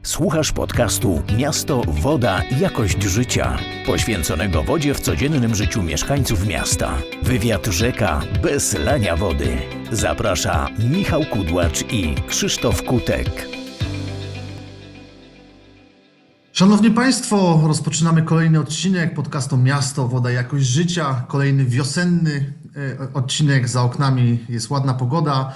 Słuchasz podcastu Miasto, Woda, Jakość Życia, poświęconego wodzie w codziennym życiu mieszkańców miasta. Wywiad rzeka bez lania wody. Zaprasza Michał Kudłacz i Krzysztof Kutek. Szanowni Państwo, rozpoczynamy kolejny odcinek podcastu Miasto, Woda, Jakość Życia. Kolejny wiosenny odcinek, za oknami jest ładna pogoda.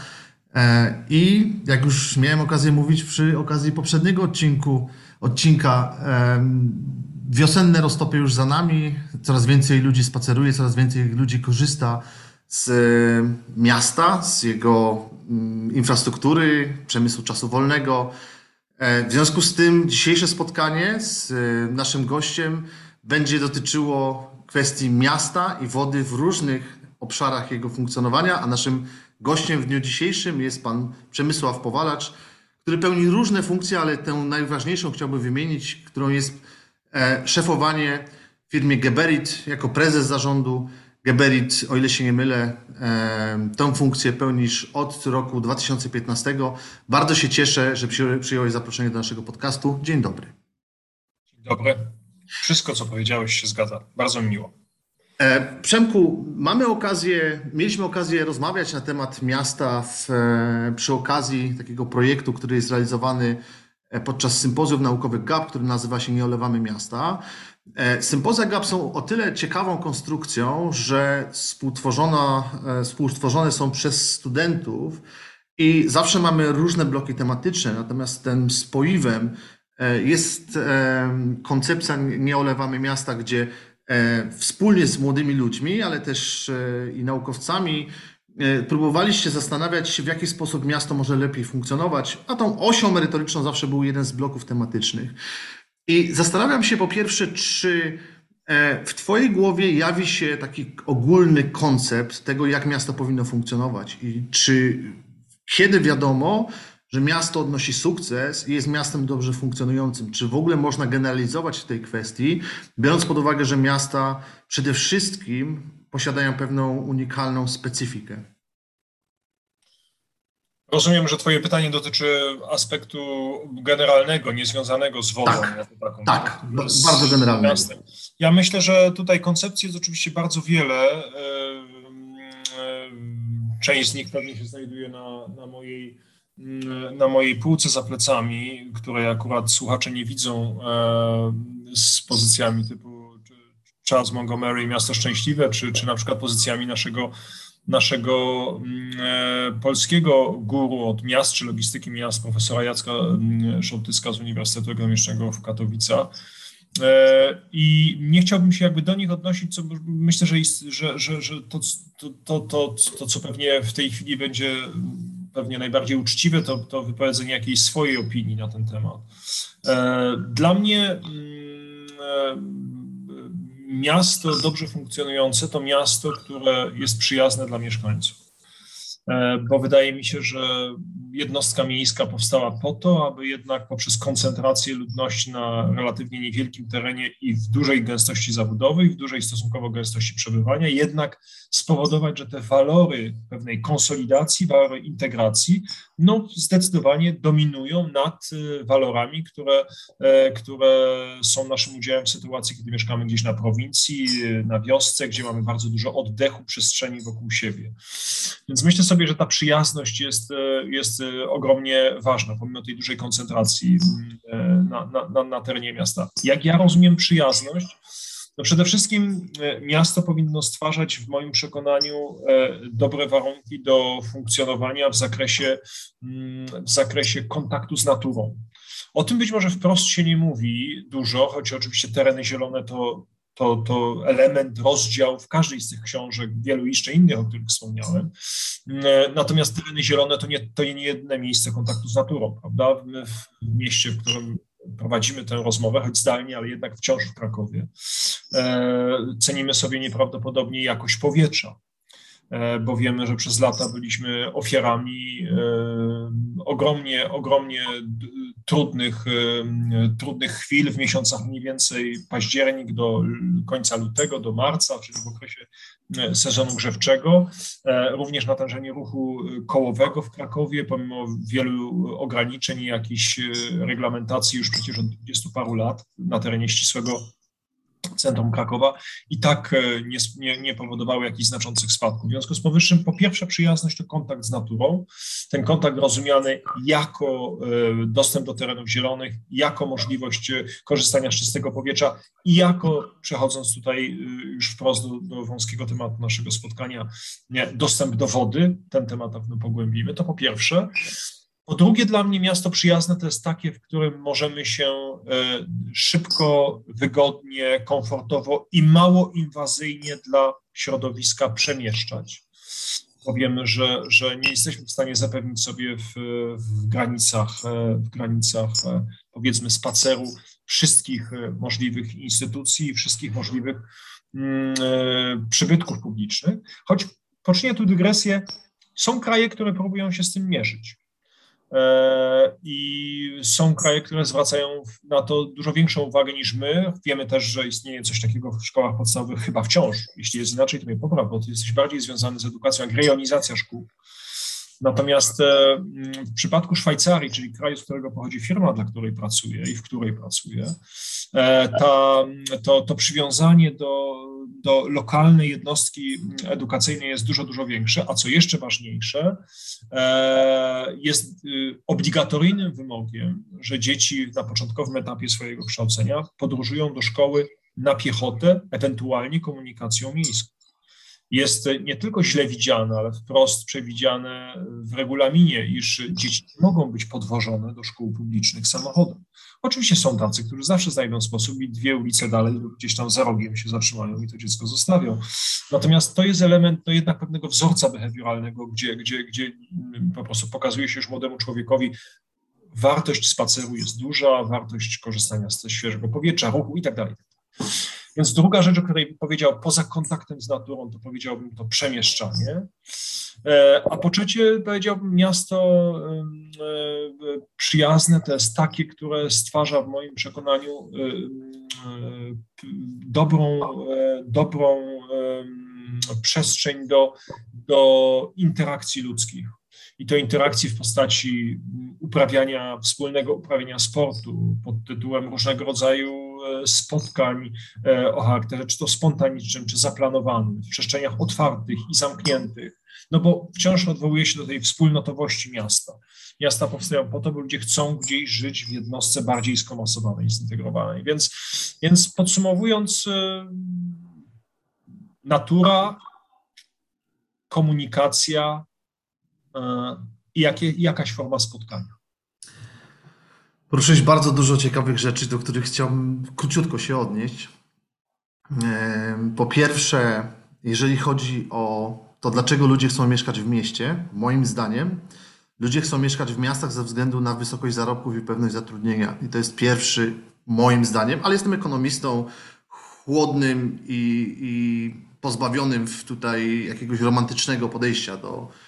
I jak już miałem okazję mówić przy okazji poprzedniego odcinka, wiosenne roztopy już za nami, coraz więcej ludzi spaceruje, coraz więcej ludzi korzysta z miasta, z jego infrastruktury, przemysłu czasu wolnego. W związku z tym dzisiejsze spotkanie z naszym gościem będzie dotyczyło kwestii miasta i wody w różnych obszarach jego funkcjonowania, a naszym gościem w dniu dzisiejszym jest pan Przemysław Powalacz, który pełni różne funkcje, ale tę najważniejszą chciałbym wymienić, którą jest szefowanie w firmie Geberit jako prezes zarządu. Geberit, o ile się nie mylę, tę funkcję pełnisz od roku 2015. Bardzo się cieszę, że przyjąłeś zaproszenie do naszego podcastu. Dzień dobry. Dzień dobry. Wszystko, co powiedziałeś, się zgadza. Bardzo mi miło. Przemku, mieliśmy okazję rozmawiać na temat miasta przy okazji takiego projektu, który jest realizowany podczas sympozjów naukowych GAP, który nazywa się Nie olewamy miasta. Sympozja GAP są o tyle ciekawą konstrukcją, że współtworzone są przez studentów i zawsze mamy różne bloki tematyczne, natomiast tym spoiwem jest koncepcja Nie olewamy miasta, gdzie wspólnie z młodymi ludźmi, ale też i naukowcami próbowaliście zastanawiać się, w jaki sposób miasto może lepiej funkcjonować, a tą osią merytoryczną zawsze był jeden z bloków tematycznych. I zastanawiam się po pierwsze, czy w Twojej głowie jawi się taki ogólny koncept tego, jak miasto powinno funkcjonować i kiedy wiadomo, że miasto odnosi sukces i jest miastem dobrze funkcjonującym. Czy w ogóle można generalizować w tej kwestii, biorąc pod uwagę, że miasta przede wszystkim posiadają pewną unikalną specyfikę? Rozumiem, że Twoje pytanie dotyczy aspektu generalnego, niezwiązanego z wodą. Tak, bardzo generalnego. Ja myślę, że tutaj koncepcji jest oczywiście bardzo wiele. Część z nich pewnie się znajduje na mojej półce za plecami, której akurat słuchacze nie widzą, z pozycjami typu Charles Montgomery, Miasto Szczęśliwe, czy na przykład pozycjami naszego polskiego guru od miast czy logistyki miast, profesora Jacka Szołtyska z Uniwersytetu Ekonomicznego w Katowicach. I nie chciałbym się jakby do nich odnosić, co myślę, że to, co pewnie w tej chwili będzie pewnie najbardziej uczciwe, to wypowiedzenie jakiejś swojej opinii na ten temat. Dla mnie miasto dobrze funkcjonujące to miasto, które jest przyjazne dla mieszkańców. Bo wydaje mi się, że jednostka miejska powstała po to, aby jednak poprzez koncentrację ludności na relatywnie niewielkim terenie i w dużej gęstości zabudowy, w dużej stosunkowo gęstości przebywania, jednak spowodować, że te walory pewnej konsolidacji, walory integracji, zdecydowanie dominują nad walorami, które są naszym udziałem w sytuacji, kiedy mieszkamy gdzieś na prowincji, na wiosce, gdzie mamy bardzo dużo oddechu przestrzeni wokół siebie. Więc myślę sobie, że ta przyjazność jest ogromnie ważna, pomimo tej dużej koncentracji na terenie miasta. Jak ja rozumiem przyjazność? Przede wszystkim miasto powinno stwarzać w moim przekonaniu dobre warunki do funkcjonowania w zakresie kontaktu z naturą. O tym być może wprost się nie mówi dużo, choć oczywiście tereny zielone to element, rozdział w każdej z tych książek, wielu jeszcze innych, o których wspomniałem. Natomiast tereny zielone to nie jedno miejsce kontaktu z naturą, prawda? My w mieście, w którym prowadzimy tę rozmowę, choć zdalnie, ale jednak wciąż w Krakowie, cenimy sobie nieprawdopodobnie jakość powietrza, bo wiemy, że przez lata byliśmy ofiarami ogromnie trudnych chwil w miesiącach mniej więcej październik do końca lutego, do marca, czyli w okresie sezonu grzewczego. Również natężenie ruchu kołowego w Krakowie, pomimo wielu ograniczeń i jakichś reglamentacji już przecież od 20 paru lat na terenie ścisłego centrum Krakowa i tak nie powodowały jakichś znaczących spadków. W związku z powyższym, po pierwsze, przyjazność to kontakt z naturą, ten kontakt rozumiany jako dostęp do terenów zielonych, jako możliwość korzystania z czystego powietrza i jako, przechodząc tutaj już wprost do wąskiego tematu naszego spotkania, dostęp do wody, ten temat na pewno pogłębimy, to po pierwsze. Po drugie, dla mnie miasto przyjazne to jest takie, w którym możemy się szybko, wygodnie, komfortowo i mało inwazyjnie dla środowiska przemieszczać. Powiem, że nie jesteśmy w stanie zapewnić sobie w granicach powiedzmy spaceru wszystkich możliwych instytucji, wszystkich możliwych przybytków publicznych. Choć poczynię tu dygresję, są kraje, które próbują się z tym mierzyć. I są kraje, które zwracają na to dużo większą uwagę niż my. Wiemy też, że istnieje coś takiego w szkołach podstawowych chyba wciąż. Jeśli jest inaczej, to mnie popraw, bo ty jesteś bardziej związany z edukacją, jak rejonizacja szkół. Natomiast w przypadku Szwajcarii, czyli kraju, z którego pochodzi firma, dla której pracuję i w której pracuję, to przywiązanie do lokalnej jednostki edukacyjnej jest dużo, dużo większe, a co jeszcze ważniejsze, jest obligatoryjnym wymogiem, że dzieci na początkowym etapie swojego kształcenia podróżują do szkoły na piechotę, ewentualnie komunikacją miejską. Jest nie tylko źle widziane, ale wprost przewidziane w regulaminie, iż dzieci nie mogą być podwożone do szkół publicznych samochodem. Oczywiście są tacy, którzy zawsze znajdą sposób i 2 ulice dalej lub gdzieś tam za rogiem się zatrzymają i to dziecko zostawią. Natomiast to jest element jednak pewnego wzorca behawioralnego, gdzie po prostu pokazuje się już młodemu człowiekowi, wartość spaceru jest duża, wartość korzystania ze świeżego powietrza, ruchu i tak dalej. Więc druga rzecz, o której powiedział, poza kontaktem z naturą, to powiedziałbym to przemieszczanie. A po trzecie powiedziałbym miasto przyjazne, to jest takie, które stwarza w moim przekonaniu dobrą przestrzeń do interakcji ludzkich. I to interakcji w postaci wspólnego uprawiania sportu pod tytułem różnego rodzaju spotkań o charakterze czy to spontanicznym, czy zaplanowanym, w przestrzeniach otwartych i zamkniętych. No bo wciąż odwołuje się do tej wspólnotowości miasta. Miasta powstają po to, by ludzie chcą gdzieś żyć w jednostce bardziej skomasowanej, zintegrowanej. Więc podsumowując, natura, komunikacja i jakaś forma spotkania. Poruszyłeś bardzo dużo ciekawych rzeczy, do których chciałbym króciutko się odnieść. Po pierwsze, jeżeli chodzi o to, dlaczego ludzie chcą mieszkać w mieście, moim zdaniem ludzie chcą mieszkać w miastach ze względu na wysokość zarobków i pewność zatrudnienia. I to jest pierwszy, moim zdaniem, ale jestem ekonomistą chłodnym i pozbawionym tutaj jakiegoś romantycznego podejścia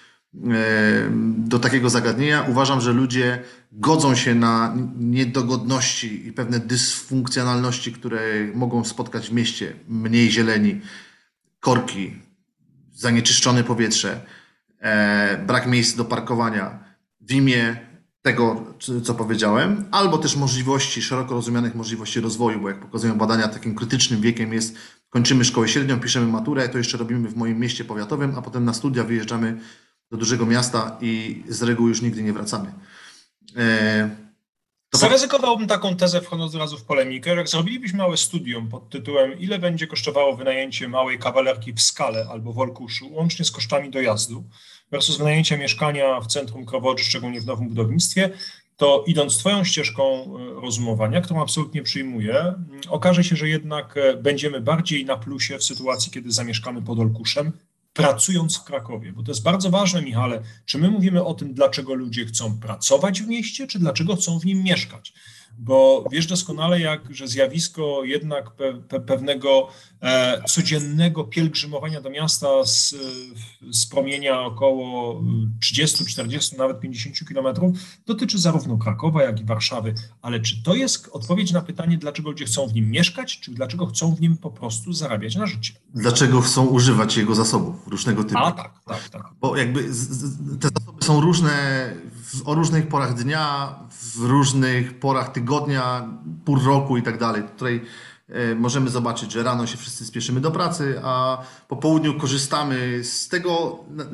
do takiego zagadnienia. Uważam, że ludzie godzą się na niedogodności i pewne dysfunkcjonalności, które mogą spotkać w mieście. Mniej zieleni, korki, zanieczyszczone powietrze, brak miejsc do parkowania w imię tego, co powiedziałem, albo też możliwości, szeroko rozumianych możliwości rozwoju, bo jak pokazują badania, takim krytycznym wiekiem jest, kończymy szkołę średnią, piszemy maturę, to jeszcze robimy w moim mieście powiatowym, a potem na studia wyjeżdżamy do dużego miasta i z reguły już nigdy nie wracamy. Zaryzykowałbym taką tezę, wchodząc od razu w polemikę, że jak zrobilibyśmy małe studium pod tytułem ile będzie kosztowało wynajęcie małej kawalerki w Skale albo w Olkuszu, łącznie z kosztami dojazdu, versus wynajęcie mieszkania w centrum Krowodrzy, szczególnie w nowym budownictwie, to idąc twoją ścieżką rozumowania, którą absolutnie przyjmuję, okaże się, że jednak będziemy bardziej na plusie w sytuacji, kiedy zamieszkamy pod Olkuszem, pracując w Krakowie, bo to jest bardzo ważne, Michale, czy my mówimy o tym, dlaczego ludzie chcą pracować w mieście, czy dlaczego chcą w nim mieszkać. Bo wiesz doskonale, że zjawisko jednak pewnego codziennego pielgrzymowania do miasta z promienia około 30, 40, nawet 50 kilometrów dotyczy zarówno Krakowa, jak i Warszawy. Ale czy to jest odpowiedź na pytanie, dlaczego ludzie chcą w nim mieszkać, czy dlaczego chcą w nim po prostu zarabiać na życie? Dlaczego chcą używać jego zasobów różnego typu? Tak. Bo jakby te zasoby są różne o różnych porach dnia, w różnych porach tygodnia, pór roku i tak dalej. Tutaj możemy zobaczyć, że rano się wszyscy spieszymy do pracy, a po południu korzystamy z tego,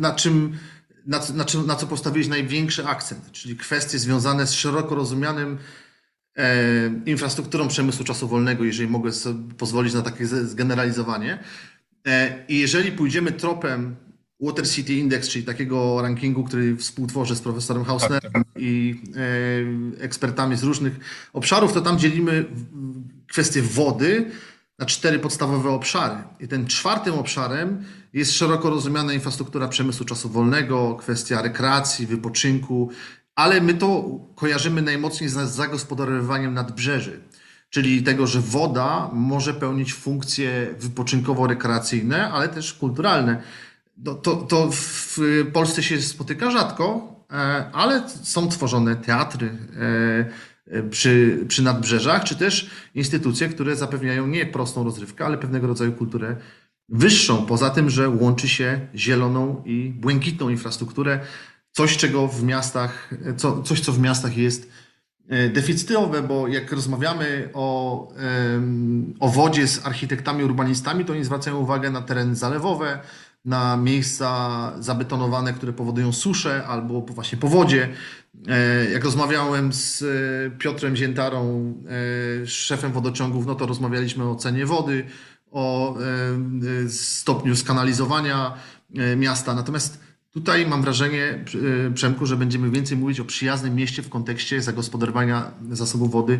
na co postawiłeś największy akcent, czyli kwestie związane z szeroko rozumianym infrastrukturą przemysłu czasu wolnego, jeżeli mogę sobie pozwolić na takie zgeneralizowanie. I jeżeli pójdziemy tropem Water City Index, czyli takiego rankingu, który współtworzę z profesorem Hausnerem i ekspertami z różnych obszarów, to tam dzielimy kwestię wody na 4 podstawowe obszary. I ten 4. obszarem jest szeroko rozumiana infrastruktura przemysłu czasu wolnego, kwestia rekreacji, wypoczynku, ale my to kojarzymy najmocniej z zagospodarowywaniem nadbrzeży, czyli tego, że woda może pełnić funkcje wypoczynkowo-rekreacyjne, ale też kulturalne. To w Polsce się spotyka rzadko, ale są tworzone teatry przy nadbrzeżach, czy też instytucje, które zapewniają nie prostą rozrywkę, ale pewnego rodzaju kulturę wyższą. Poza tym, że łączy się zieloną i błękitną infrastrukturę, coś, co w miastach jest deficytowe, bo jak rozmawiamy o wodzie z architektami, urbanistami, to oni zwracają uwagę na tereny zalewowe, na miejsca zabetonowane, które powodują suszę albo właśnie powodzie. Jak rozmawiałem z Piotrem Ziętarą, szefem wodociągów, no to rozmawialiśmy o cenie wody, o stopniu skanalizowania miasta. Natomiast tutaj mam wrażenie, Przemku, że będziemy więcej mówić o przyjaznym mieście w kontekście zagospodarowania zasobu wody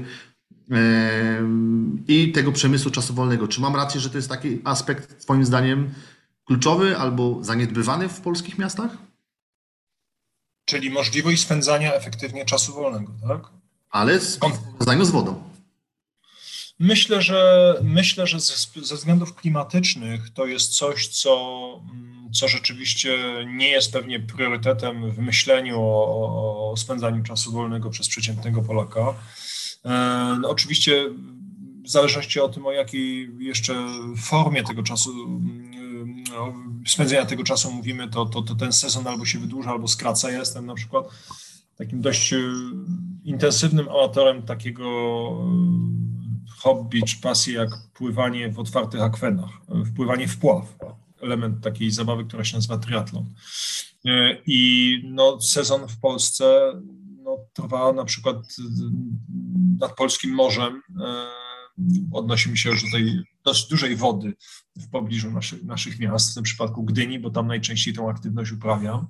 i tego przemysłu czasu wolnego. Czy mam rację, że to jest taki aspekt, twoim zdaniem, kluczowy albo zaniedbywany w polskich miastach? Czyli możliwość spędzania efektywnie czasu wolnego, tak? Ale w powiązaniu z wodą. Myślę, że ze względów klimatycznych to jest coś, co rzeczywiście nie jest pewnie priorytetem w myśleniu o spędzaniu czasu wolnego przez przeciętnego Polaka. No oczywiście w zależności od tym, o jakiej jeszcze formie tego czasu, spędzenia tego czasu mówimy, to ten sezon albo się wydłuża, albo skraca. Ja jestem na przykład takim dość intensywnym amatorem takiego hobby czy pasji jak pływanie w otwartych akwenach, wpływanie w pław. Element takiej zabawy, która się nazywa triatlon. I no, sezon w Polsce trwa na przykład nad polskim morzem. Odnosimy się już do tej dość dużej wody w pobliżu naszych miast, w tym przypadku Gdyni, bo tam najczęściej tą aktywność uprawiam.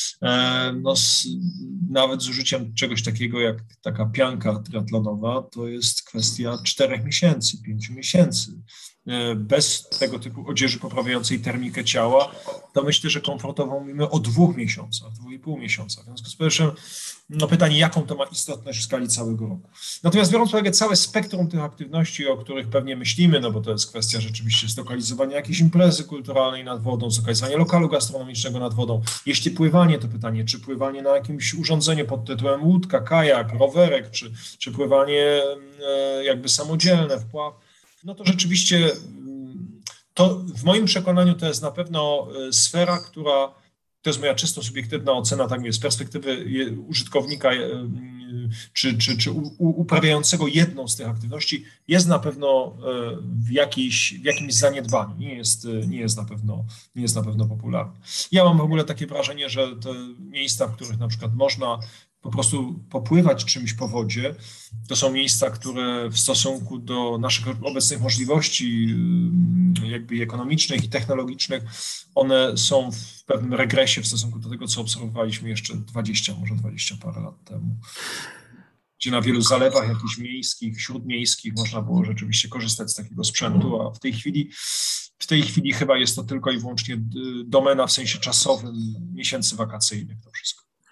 Nawet z użyciem czegoś takiego jak taka pianka triatlonowa, to jest kwestia 4 miesięcy, 5 miesięcy. Bez tego typu odzieży poprawiającej termikę ciała, to myślę, że komfortowo mówimy o 2 miesiącach, 2,5 miesiąca. W związku z powyższym pytanie, jaką to ma istotność w skali całego roku. Natomiast biorąc pod uwagę całe spektrum tych aktywności, o których pewnie myślimy, no bo to jest kwestia rzeczywiście zlokalizowania jakiejś imprezy kulturalnej nad wodą, zlokalizowania lokalu gastronomicznego nad wodą. Jeśli pływanie, to pytanie, czy pływanie na jakimś urządzeniu pod tytułem łódka, kajak, rowerek, czy pływanie jakby samodzielne, wpław, no to rzeczywiście to w moim przekonaniu to jest na pewno sfera, która, to jest moja czysto subiektywna ocena, tak mówię, z perspektywy użytkownika czy uprawiającego jedną z tych aktywności, jest na pewno w jakimś zaniedbaniu, nie jest na pewno popularny. Ja mam w ogóle takie wrażenie, że te miejsca, w których na przykład można po prostu popływać czymś po wodzie, to są miejsca, które w stosunku do naszych obecnych możliwości jakby ekonomicznych i technologicznych, one są w pewnym regresie w stosunku do tego, co obserwowaliśmy jeszcze 20, może 20 parę lat temu. Gdzie na wielu zalewach jakichś miejskich, śródmiejskich można było rzeczywiście korzystać z takiego sprzętu, a w tej chwili chyba jest to tylko i wyłącznie domena w sensie czasowym miesięcy wakacyjnych to wszystko.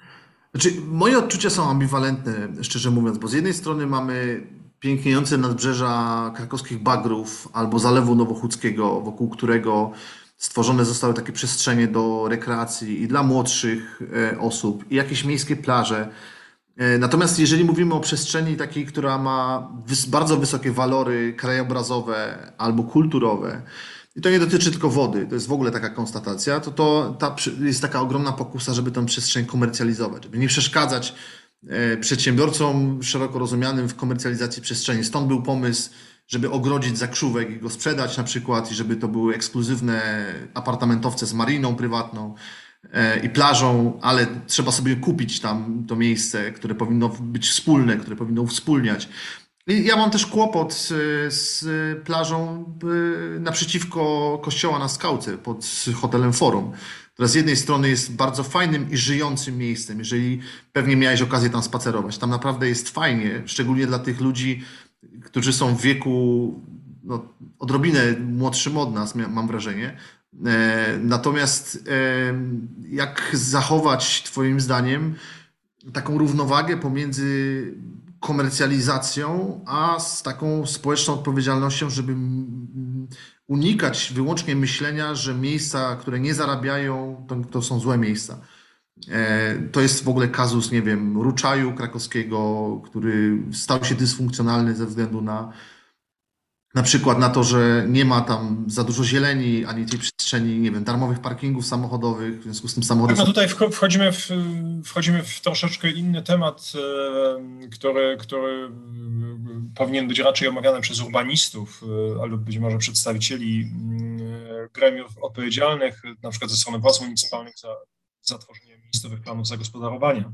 Znaczy, moje odczucia są ambiwalentne, szczerze mówiąc, bo z jednej strony mamy piękniejące nadbrzeża krakowskich bagrów albo Zalewu Nowochódzkiego, wokół którego stworzone zostały takie przestrzenie do rekreacji i dla młodszych osób, i jakieś miejskie plaże. Natomiast jeżeli mówimy o przestrzeni takiej, która ma bardzo wysokie walory krajobrazowe albo kulturowe, i to nie dotyczy tylko wody, to jest w ogóle taka konstatacja, jest taka ogromna pokusa, żeby tę przestrzeń komercjalizować, żeby nie przeszkadzać przedsiębiorcom szeroko rozumianym w komercjalizacji przestrzeni. Stąd był pomysł, żeby ogrodzić zakrzówek i go sprzedać na przykład, i żeby to były ekskluzywne apartamentowce z mariną prywatną i plażą, ale trzeba sobie kupić tam to miejsce, które powinno być wspólne, które powinno uwspólniać. I ja mam też kłopot z plażą naprzeciwko kościoła na Skałce pod hotelem Forum, która z jednej strony jest bardzo fajnym i żyjącym miejscem, jeżeli pewnie miałeś okazję tam spacerować. Tam naprawdę jest fajnie, szczególnie dla tych ludzi, którzy są w wieku no, odrobinę młodszym od nas, mam wrażenie. Natomiast jak zachować Twoim zdaniem taką równowagę pomiędzy komercjalizacją, a z taką społeczną odpowiedzialnością, żeby unikać wyłącznie myślenia, że miejsca, które nie zarabiają, to są złe miejsca. To jest w ogóle kazus, nie wiem, Ruczaju krakowskiego, który stał się dysfunkcjonalny ze względu na przykład na to, że nie ma tam za dużo zieleni, ani tej przestrzeni, nie wiem, darmowych parkingów samochodowych, w związku z tym samochody No tutaj wchodzimy w troszeczkę inny temat, który powinien być raczej omawiany przez urbanistów albo być może przedstawicieli gremiów odpowiedzialnych, na przykład ze strony władz municipalnych za tworzenie miejscowych planów zagospodarowania.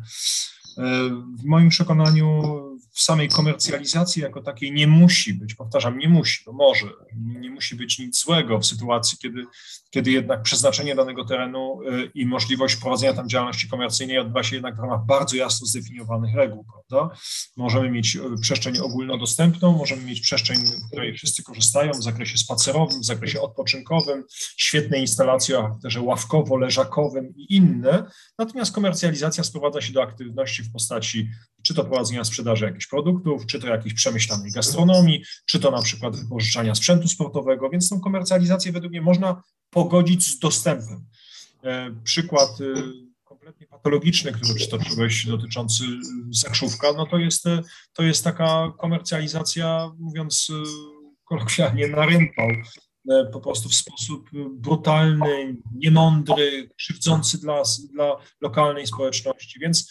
W moim przekonaniu w samej komercjalizacji jako takiej nie musi być, powtarzam, nie musi, bo może, nie musi być nic złego w sytuacji, kiedy jednak przeznaczenie danego terenu i możliwość prowadzenia tam działalności komercyjnej odbywa się jednak w ramach bardzo jasno zdefiniowanych reguł, prawda? Możemy mieć przestrzeń ogólnodostępną, możemy mieć przestrzeń, w której wszyscy korzystają w zakresie spacerowym, w zakresie odpoczynkowym, świetne instalacje o charakterze ławkowo-leżakowym i inne, natomiast komercjalizacja sprowadza się do aktywności w postaci czy to prowadzenia sprzedaży jakichś produktów, czy to jakiejś przemyślanej gastronomii, czy to na przykład wypożyczania sprzętu sportowego, więc tą komercjalizację według mnie można pogodzić z dostępem. Przykład kompletnie patologiczny, który przytoczyłeś, dotyczący Zakrzówka, no to jest taka komercjalizacja, mówiąc kolokwialnie, na rympał, po prostu w sposób brutalny, niemądry, krzywdzący dla lokalnej społeczności, więc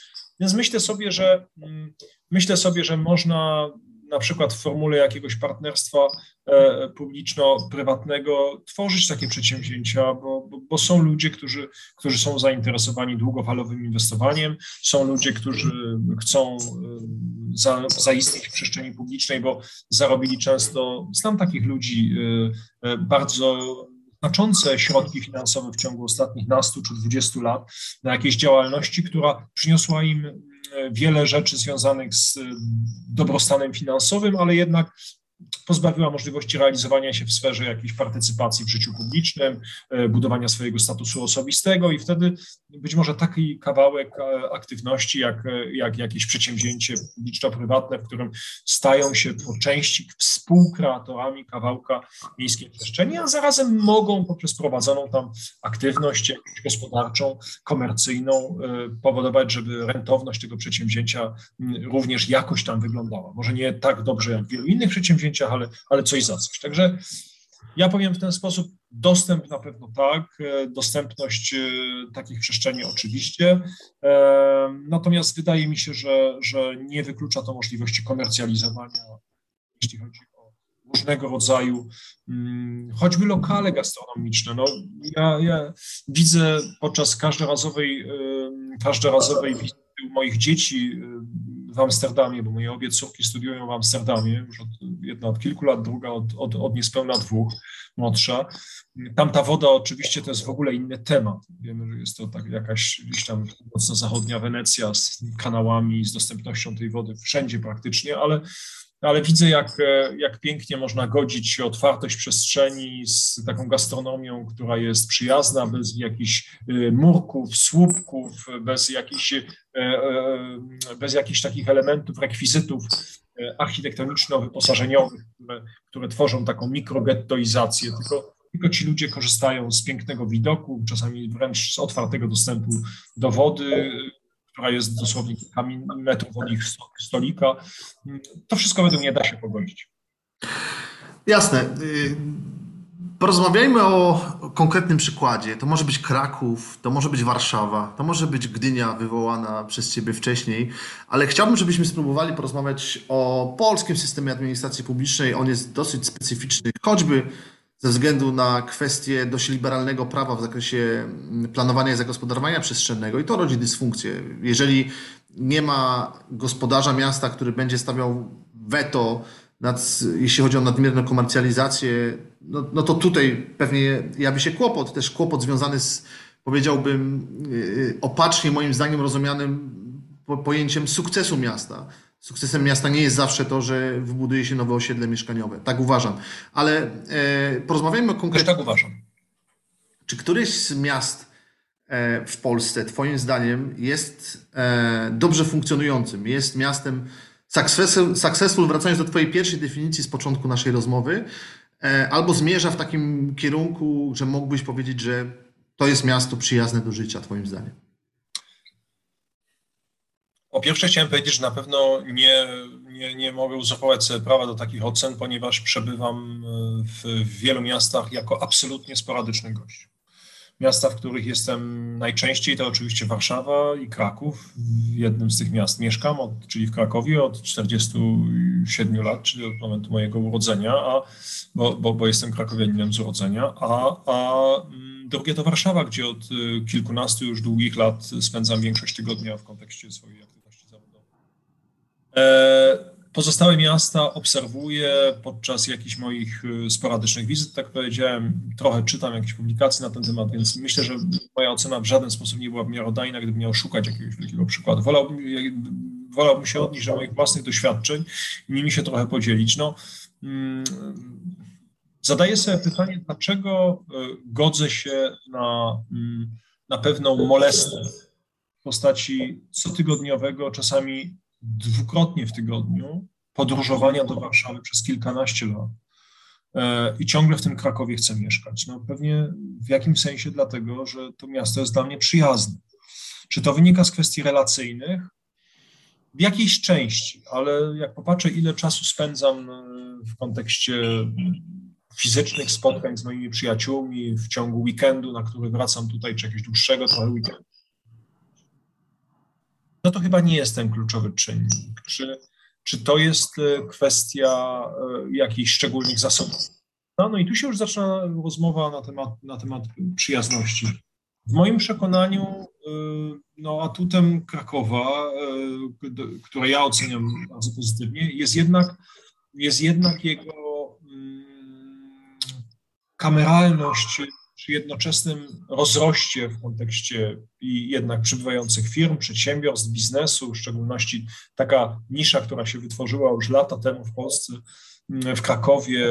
myślę sobie, że można na przykład w formule jakiegoś partnerstwa publiczno-prywatnego tworzyć takie przedsięwzięcia, bo są ludzie, którzy są zainteresowani długofalowym inwestowaniem, są ludzie, którzy chcą zaistnieć w przestrzeni publicznej, bo zarobili często, znam takich ludzi, bardzo znaczące środki finansowe w ciągu ostatnich nastu czy 20 lat na jakiejś działalności, która przyniosła im wiele rzeczy związanych z dobrostanem finansowym, ale jednak pozbawiła możliwości realizowania się w sferze jakiejś partycypacji w życiu publicznym, budowania swojego statusu osobistego i wtedy być może taki kawałek aktywności jak jakieś przedsięwzięcie publiczno-prywatne, w którym stają się po części współkreatorami kawałka miejskiej przestrzeni, a zarazem mogą poprzez prowadzoną tam aktywność jakąś gospodarczą, komercyjną powodować, żeby rentowność tego przedsięwzięcia również jakoś tam wyglądała. Może nie tak dobrze jak w wielu innych przedsięwzięciach, ale coś za coś. Także ja powiem w ten sposób, dostęp na pewno tak, dostępność takich przestrzeni oczywiście, natomiast wydaje mi się, że nie wyklucza to możliwości komercjalizowania, jeśli chodzi o różnego rodzaju, choćby lokale gastronomiczne. No, ja widzę podczas każdorazowej wizyty u moich dzieci w Amsterdamie, bo moje obie córki studiują w Amsterdamie, już jedna od kilku lat, druga od niespełna 2, młodsza. Tam ta woda oczywiście to jest w ogóle inny temat. Wiemy, że jest to tak jakaś gdzieś tam mocno zachodnia Wenecja z kanałami, z dostępnością tej wody wszędzie praktycznie, ale widzę, jak pięknie można godzić otwartość przestrzeni z taką gastronomią, która jest przyjazna, bez jakichś murków, słupków, bez jakichś takich elementów, rekwizytów architektoniczno-wyposażeniowych, które tworzą taką mikrogettoizację, tylko ci ludzie korzystają z pięknego widoku, czasami wręcz z otwartego dostępu do wody, która jest dosłownie kilka metrów od ich stolika. To wszystko według mnie da się pogodzić. Jasne. Porozmawiajmy o konkretnym przykładzie. To może być Kraków, to może być Warszawa, to może być Gdynia wywołana przez Ciebie wcześniej, ale chciałbym, żebyśmy spróbowali porozmawiać o polskim systemie administracji publicznej. On jest dosyć specyficzny, choćby ze względu na kwestie dość liberalnego prawa w zakresie planowania i zagospodarowania przestrzennego i to rodzi dysfunkcję. Jeżeli nie ma gospodarza miasta, który będzie stawiał weto, jeśli chodzi o nadmierną komercjalizację, no to tutaj pewnie jawi się kłopot, też kłopot związany z, powiedziałbym, opacznie moim zdaniem rozumianym pojęciem sukcesu miasta. Sukcesem miasta nie jest zawsze to, że wybuduje się nowe osiedle mieszkaniowe. Tak uważam. Ale porozmawiajmy o konkretnie. Też tak uważam. Czy któreś z miast w Polsce, Twoim zdaniem, jest dobrze funkcjonującym, jest miastem successful, wracając do Twojej pierwszej definicji z początku naszej rozmowy, albo zmierza w takim kierunku, że mógłbyś powiedzieć, że to jest miasto przyjazne do życia, Twoim zdaniem? Po pierwsze chciałem powiedzieć, że na pewno nie mogę uzurpować sobie prawa do takich ocen, ponieważ przebywam w wielu miastach jako absolutnie sporadyczny gość. Miasta, w których jestem najczęściej, to oczywiście Warszawa i Kraków. W jednym z tych miast mieszkam, czyli w Krakowie od 47 lat, czyli od momentu mojego urodzenia, bo jestem krakowianinem z urodzenia, a drugie to Warszawa, gdzie od kilkunastu już długich lat spędzam większość tygodnia w kontekście swojej aktywności zawodowej. Pozostałe miasta obserwuję podczas jakichś moich sporadycznych wizyt, tak powiedziałem, trochę czytam jakieś publikacje na ten temat, więc myślę, że moja ocena w żaden sposób nie była miarodajna, gdybym miał szukać jakiegoś wielkiego przykładu. Wolałbym się odnieść do moich własnych doświadczeń i nimi się trochę podzielić. Zadaję sobie pytanie, dlaczego godzę się na pewną molestę w postaci cotygodniowego, czasami dwukrotnie w tygodniu podróżowania do Warszawy przez kilkanaście lat i ciągle w tym Krakowie chcę mieszkać. Pewnie w jakimś sensie dlatego, że to miasto jest dla mnie przyjazne. Czy to wynika z kwestii relacyjnych? W jakiejś części, ale jak popatrzę, ile czasu spędzam w kontekście fizycznych spotkań z moimi przyjaciółmi w ciągu weekendu, na który wracam tutaj, czy jakiegoś dłuższego trochę weekendu, no to chyba nie jest ten kluczowy czynnik. Czy to jest kwestia jakichś szczególnych zasobów? No i tu się już zaczyna rozmowa na temat przyjazności. W moim przekonaniu atutem Krakowa, które ja oceniam bardzo pozytywnie, jest jednak jego kameralność przy jednoczesnym rozroście w kontekście i jednak przybywających firm, przedsiębiorstw, biznesu, w szczególności taka nisza, która się wytworzyła już lata temu w Polsce, w Krakowie,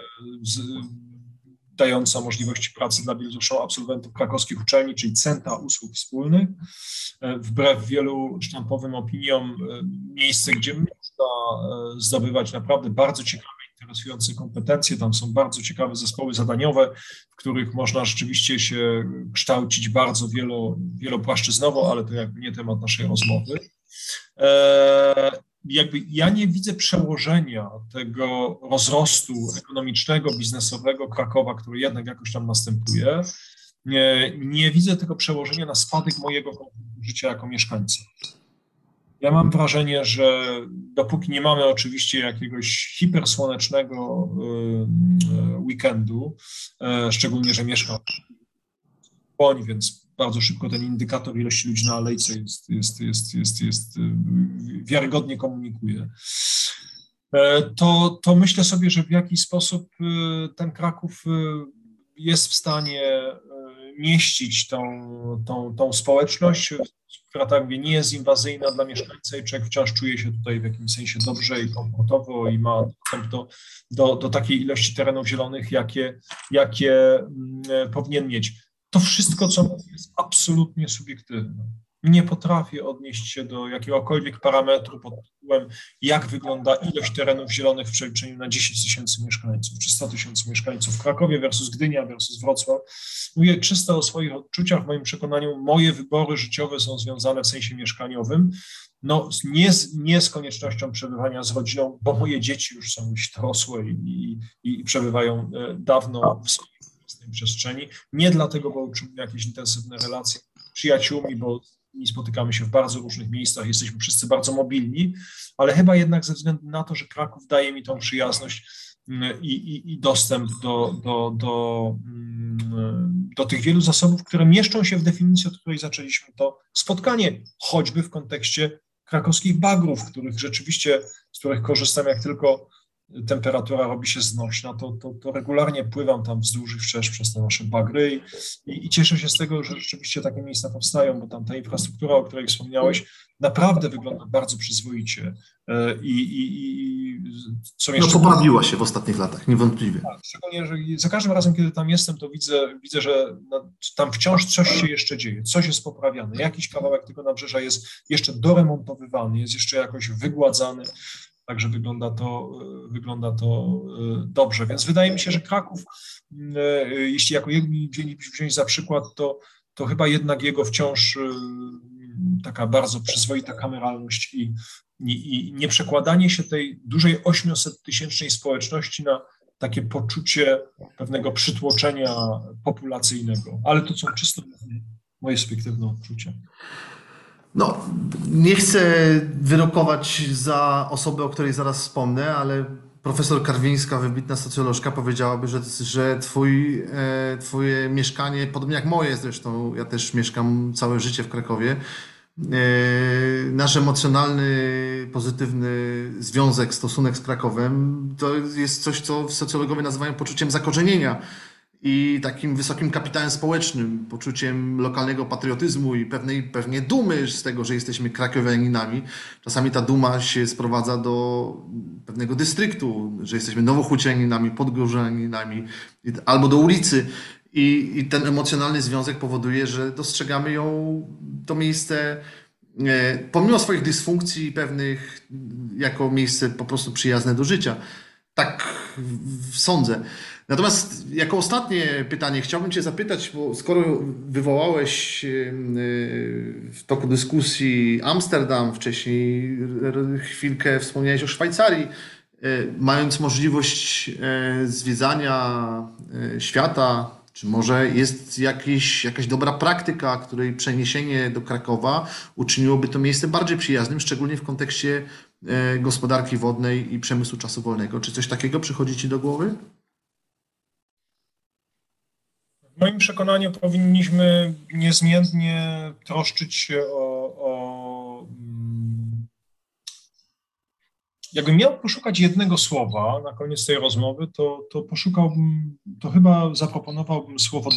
dająca możliwości pracy dla wielu zresztą absolwentów krakowskich uczelni, czyli centra usług wspólnych. Wbrew wielu sztampowym opiniom, miejsce, gdzie można zdobywać naprawdę bardzo ciekawe, interesujące kompetencje. Tam są bardzo ciekawe zespoły zadaniowe, w których można rzeczywiście się kształcić bardzo wielopłaszczyznowo, ale to jakby nie temat naszej rozmowy. Ja nie widzę przełożenia tego rozrostu ekonomicznego, biznesowego Krakowa, który jednak jakoś tam następuje. Nie widzę tego przełożenia na spadek mojego komfortu życia jako mieszkańca. Ja mam wrażenie, że dopóki nie mamy oczywiście jakiegoś hipersłonecznego weekendu, szczególnie, że mieszkam w Błoń, więc bardzo szybko ten indikator ilości ludzi na alejce jest wiarygodnie komunikuje, to myślę sobie, że w jakiś sposób ten Kraków jest w stanie mieścić tą społeczność, która, tak mówię, nie jest inwazyjna dla mieszkańca i człowiek wciąż czuje się tutaj w jakimś sensie dobrze i komfortowo i ma dostęp do takiej ilości terenów zielonych, jakie powinien mieć. To wszystko, co mówię, jest absolutnie subiektywne. Nie potrafię odnieść się do jakiegokolwiek parametru pod tytułem, jak wygląda ilość terenów zielonych w przeliczeniu na 10 tysięcy mieszkańców, czy 100 tysięcy mieszkańców w Krakowie versus Gdynia versus Wrocław. Mówię czysto o swoich odczuciach. W moim przekonaniu moje wybory życiowe są związane w sensie mieszkaniowym, no nie z koniecznością przebywania z rodziną, bo moje dzieci już są już dorosłe i przebywają dawno w swojej własnej przestrzeni. Nie dlatego, bo utrzymuję jakieś intensywne relacje z przyjaciółmi, bo spotykamy się w bardzo różnych miejscach, jesteśmy wszyscy bardzo mobilni, ale chyba jednak ze względu na to, że Kraków daje mi tą przyjazność i dostęp do tych wielu zasobów, które mieszczą się w definicji, od której zaczęliśmy to spotkanie, choćby w kontekście krakowskich bagrów, z których korzystam, jak tylko temperatura robi się znośna, to regularnie pływam tam wzdłuż i wszerz przez te nasze bagry i cieszę się z tego, że rzeczywiście takie miejsca powstają, bo tam ta infrastruktura, o której wspomniałeś, naprawdę wygląda bardzo przyzwoicie co jeszcze... No poprawiła się w ostatnich latach, niewątpliwie. Tak, szczególnie, że za każdym razem, kiedy tam jestem, to widzę, że tam wciąż coś się jeszcze dzieje, coś jest poprawiane, jakiś kawałek tego nabrzeża jest jeszcze doremontowywany, jest jeszcze jakoś wygładzany. Także wygląda to dobrze. Więc wydaje mi się, że Kraków, jeśli jako mielibyśmy wziąć za przykład, to chyba jednak jego wciąż taka bardzo przyzwoita kameralność i nieprzekładanie się tej dużej 800-tysięcznej społeczności na takie poczucie pewnego przytłoczenia populacyjnego. Ale to są czysto moje subiektywne odczucia. No, nie chcę wyrokować za osobę, o której zaraz wspomnę, ale profesor Karwińska, wybitna socjolożka, powiedziałaby, że twoje mieszkanie, podobnie jak moje zresztą, ja też mieszkam całe życie w Krakowie, nasz emocjonalny, pozytywny związek, stosunek z Krakowem to jest coś, co socjologowie nazywają poczuciem zakorzenienia i takim wysokim kapitałem społecznym, poczuciem lokalnego patriotyzmu i pewnie dumy z tego, że jesteśmy krakowianinami. Czasami ta duma się sprowadza do pewnego dystryktu, że jesteśmy nowochódzieninami, podgórzaninami albo do ulicy. I ten emocjonalny związek powoduje, że dostrzegamy to miejsce pomimo swoich dysfunkcji pewnych jako miejsce po prostu przyjazne do życia. Tak sądzę. Natomiast jako ostatnie pytanie chciałbym Cię zapytać, bo skoro wywołałeś w toku dyskusji Amsterdam, wcześniej chwilkę wspomniałeś o Szwajcarii, mając możliwość zwiedzania świata, czy może jest jakaś dobra praktyka, której przeniesienie do Krakowa uczyniłoby to miejsce bardziej przyjaznym, szczególnie w kontekście gospodarki wodnej i przemysłu czasu wolnego. Czy coś takiego przychodzi Ci do głowy? W moim przekonaniu powinniśmy niezmiennie troszczyć się jakbym miał poszukać jednego słowa na koniec tej rozmowy, to chyba zaproponowałbym słowo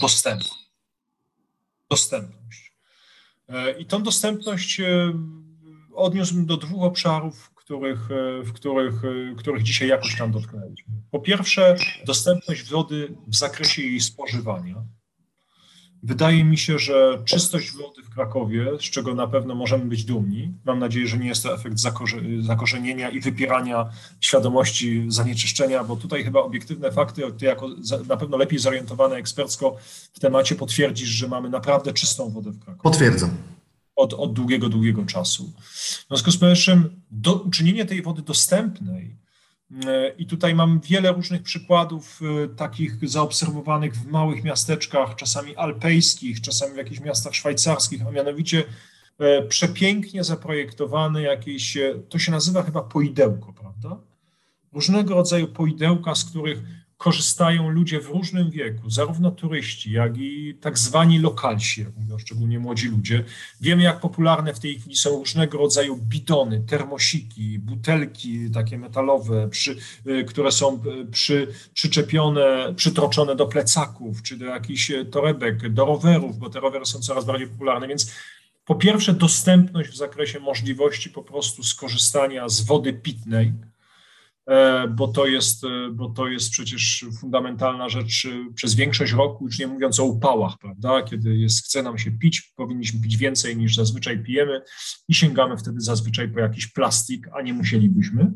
dostępność. I tą dostępność odniósłbym do dwóch obszarów, których dzisiaj jakoś tam dotknęliśmy. Po pierwsze, dostępność wody w zakresie jej spożywania. Wydaje mi się, że czystość wody w Krakowie, z czego na pewno możemy być dumni, mam nadzieję, że nie jest to efekt zakorzenienia i wypierania świadomości zanieczyszczenia, bo tutaj chyba obiektywne fakty, ty jako na pewno lepiej zorientowany ekspercko w temacie potwierdzisz, że mamy naprawdę czystą wodę w Krakowie. Potwierdzam. Od długiego czasu. W związku z powyższym uczynienie tej wody dostępnej i tutaj mam wiele różnych przykładów takich zaobserwowanych w małych miasteczkach, czasami alpejskich, czasami w jakichś miastach szwajcarskich, a mianowicie przepięknie zaprojektowane jakieś, to się nazywa chyba poidełko, prawda? Różnego rodzaju poidełka, z których korzystają ludzie w różnym wieku, zarówno turyści, jak i tak zwani lokalsi, jak mówią szczególnie młodzi ludzie. Wiemy, jak popularne w tej chwili są różnego rodzaju bidony, termosiki, butelki takie metalowe, które są przyczepione, przytroczone do plecaków, czy do jakichś torebek, do rowerów, bo te rowery są coraz bardziej popularne, więc po pierwsze dostępność w zakresie możliwości po prostu skorzystania z wody pitnej, bo to jest przecież fundamentalna rzecz przez większość roku, już nie mówiąc o upałach, prawda? Kiedy chce nam się pić, powinniśmy pić więcej niż zazwyczaj pijemy i sięgamy wtedy zazwyczaj po jakiś plastik, a nie musielibyśmy.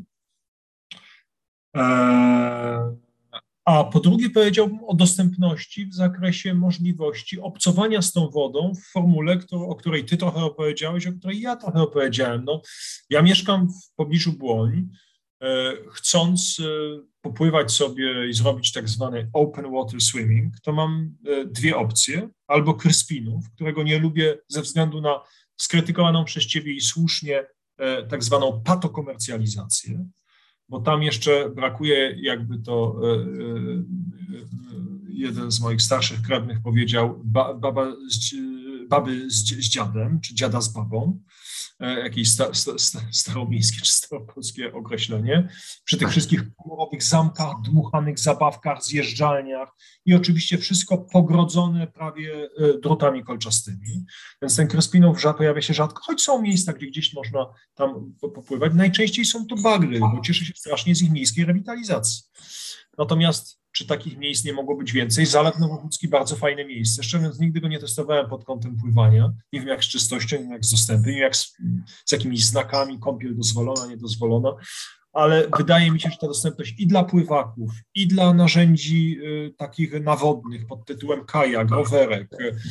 A po drugie powiedziałbym o dostępności w zakresie możliwości obcowania z tą wodą w formule, o której ty trochę opowiedziałeś, o której ja trochę opowiedziałem. No, ja mieszkam w pobliżu Błoń. Chcąc popływać sobie i zrobić tak zwany open water swimming, to mam dwie opcje. Albo Kryspinów, którego nie lubię ze względu na skrytykowaną przez ciebie i słusznie tak zwaną patokomercjalizację, bo tam jeszcze brakuje, jakby to jeden z moich starszych krewnych powiedział, baby z dziadem, czy dziada z babą, jakieś staromiejskie czy staropolskie określenie, przy tych wszystkich kolorowych zamkach, dmuchanych zabawkach, zjeżdżalniach i oczywiście wszystko pogrodzone prawie drutami kolczastymi. Więc ten Kryspinów pojawia się rzadko, choć są miejsca, gdzie gdzieś można tam popływać. Najczęściej są to bagry, bo cieszę się strasznie z ich miejskiej rewitalizacji. Natomiast czy takich miejsc nie mogło być więcej? Zalew Nowochódzki, bardzo fajne miejsce. Szczerze mówiąc, nigdy go nie testowałem pod kątem pływania. Nie wiem, jak z czystością, nie wiem, jak z dostępem, nie wiem, jak z jakimiś znakami, kąpiel dozwolona, niedozwolona, ale wydaje mi się, że ta dostępność i dla pływaków, i dla narzędzi takich nawodnych pod tytułem kajak, rowerek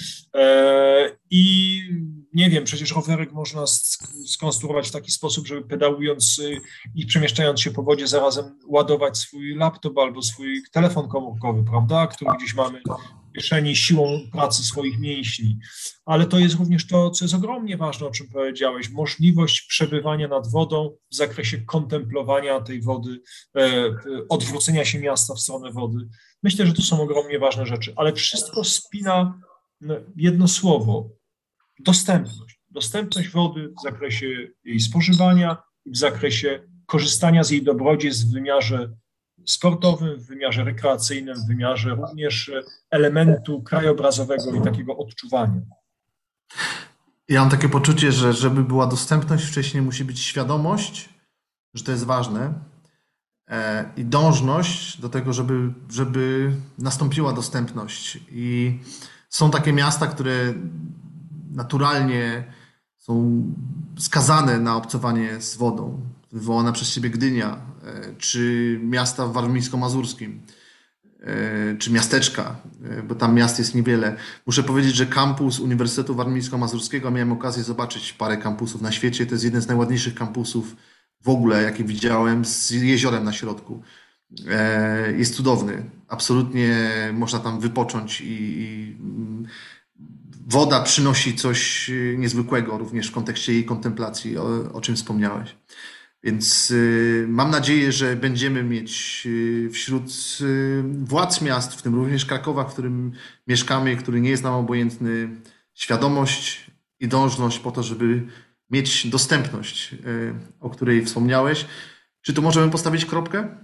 i nie wiem, przecież rowerek można skonstruować w taki sposób, żeby pedałując i przemieszczając się po wodzie zarazem ładować swój laptop albo swój telefon komórkowy, prawda, który gdzieś mamy w kieszeni siłą pracy swoich mięśni. Ale to jest również to, co jest ogromnie ważne, o czym powiedziałeś, możliwość przebywania nad wodą w zakresie kontemplowania tej wody, odwrócenia się miasta w stronę wody. Myślę, że to są ogromnie ważne rzeczy, ale wszystko spina jedno słowo: dostępność. Dostępność wody w zakresie jej spożywania i w zakresie korzystania z jej dobrodziejstw w wymiarze sportowym, w wymiarze rekreacyjnym, w wymiarze również elementu krajobrazowego i takiego odczuwania. Ja mam takie poczucie, że żeby była dostępność, wcześniej musi być świadomość, że to jest ważne, i dążność do tego, żeby nastąpiła dostępność. I są takie miasta, które naturalnie są skazane na obcowanie z wodą. Wywołana przez ciebie Gdynia, czy miasta w warmińsko-mazurskim, czy miasteczka, bo tam miast jest niewiele. Muszę powiedzieć, że kampus Uniwersytetu Warmińsko-Mazurskiego, miałem okazję zobaczyć parę kampusów na świecie. To jest jeden z najładniejszych kampusów w ogóle, jaki widziałem, z jeziorem na środku. Jest cudowny. Absolutnie można tam wypocząć i woda przynosi coś niezwykłego również w kontekście jej kontemplacji, o czym wspomniałeś. Więc mam nadzieję, że będziemy mieć wśród władz miast, w tym również Krakowa, w którym mieszkamy, który nie jest nam obojętny, świadomość i dążność po to, żeby mieć dostępność, o której wspomniałeś. Czy tu możemy postawić kropkę?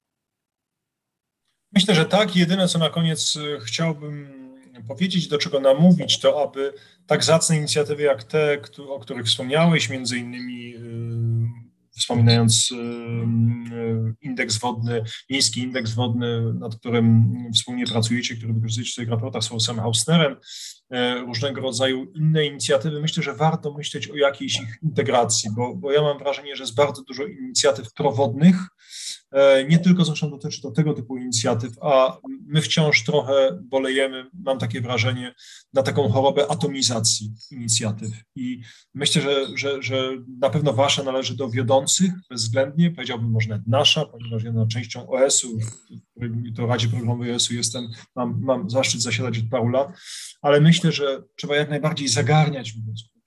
Myślę, że tak. Jedyne, co na koniec chciałbym powiedzieć, do czego namówić, to aby tak zacne inicjatywy jak te, o których wspomniałeś, między innymi wspominając indeks wodny, miejski indeks wodny, nad którym wspólnie pracujecie, który wykorzystujecie w swoich raportach z Wolfsem Hausnerem, różnego rodzaju inne inicjatywy. Myślę, że warto myśleć o jakiejś ich integracji, bo ja mam wrażenie, że jest bardzo dużo inicjatyw prowodnych. Nie tylko zresztą dotyczy to tego typu inicjatyw, a my wciąż trochę bolejemy, mam takie wrażenie, na taką chorobę atomizacji inicjatyw. I myślę, że na pewno wasza należy do wiodących bezwzględnie, powiedziałbym może nawet nasza, ponieważ ja częścią OS-u, w Radzie Programowej OS-u jestem, mam zaszczyt zasiadać od paru lat, ale myślę, że trzeba jak najbardziej zagarniać, mówiąc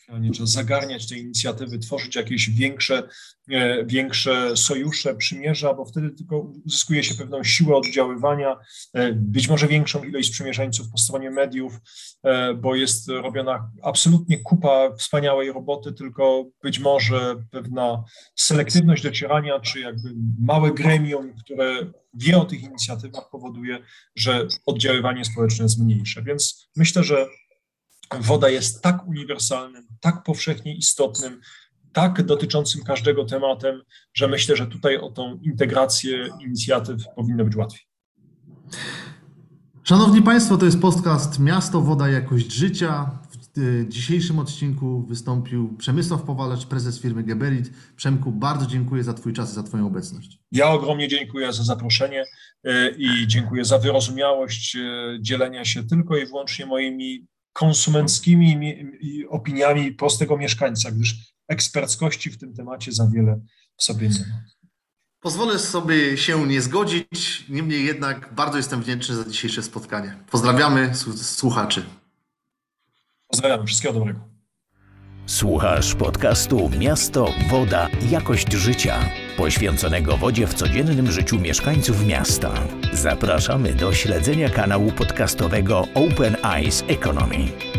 Trzeba zagarniać te inicjatywy, tworzyć jakieś większe sojusze, przymierza, bo wtedy tylko uzyskuje się pewną siłę oddziaływania, być może większą ilość sprzymierzeńców po stronie mediów, bo jest robiona absolutnie kupa wspaniałej roboty, tylko być może pewna selektywność docierania, czy jakby małe gremium, które wie o tych inicjatywach, powoduje, że oddziaływanie społeczne jest mniejsze. Więc myślę, że woda jest tak uniwersalnym, tak powszechnie istotnym, tak dotyczącym każdego tematem, że myślę, że tutaj o tą integrację inicjatyw powinno być łatwiej. Szanowni Państwo, to jest podcast Miasto, Woda, Jakość Życia. W dzisiejszym odcinku wystąpił Przemysław Powalacz, prezes firmy Geberit. Przemku, bardzo dziękuję za Twój czas i za Twoją obecność. Ja ogromnie dziękuję za zaproszenie i dziękuję za wyrozumiałość dzielenia się tylko i wyłącznie moimi konsumenckimi opiniami prostego mieszkańca, gdyż eksperckości w tym temacie za wiele w sobie nie ma. Pozwolę sobie się nie zgodzić, niemniej jednak bardzo jestem wdzięczny za dzisiejsze spotkanie. Pozdrawiamy słuchaczy. Pozdrawiam, wszystkiego dobrego. Słuchasz podcastu Miasto, Woda, Jakość Życia, poświęconego wodzie w codziennym życiu mieszkańców miasta. Zapraszamy do śledzenia kanału podcastowego Open Eyes Economy.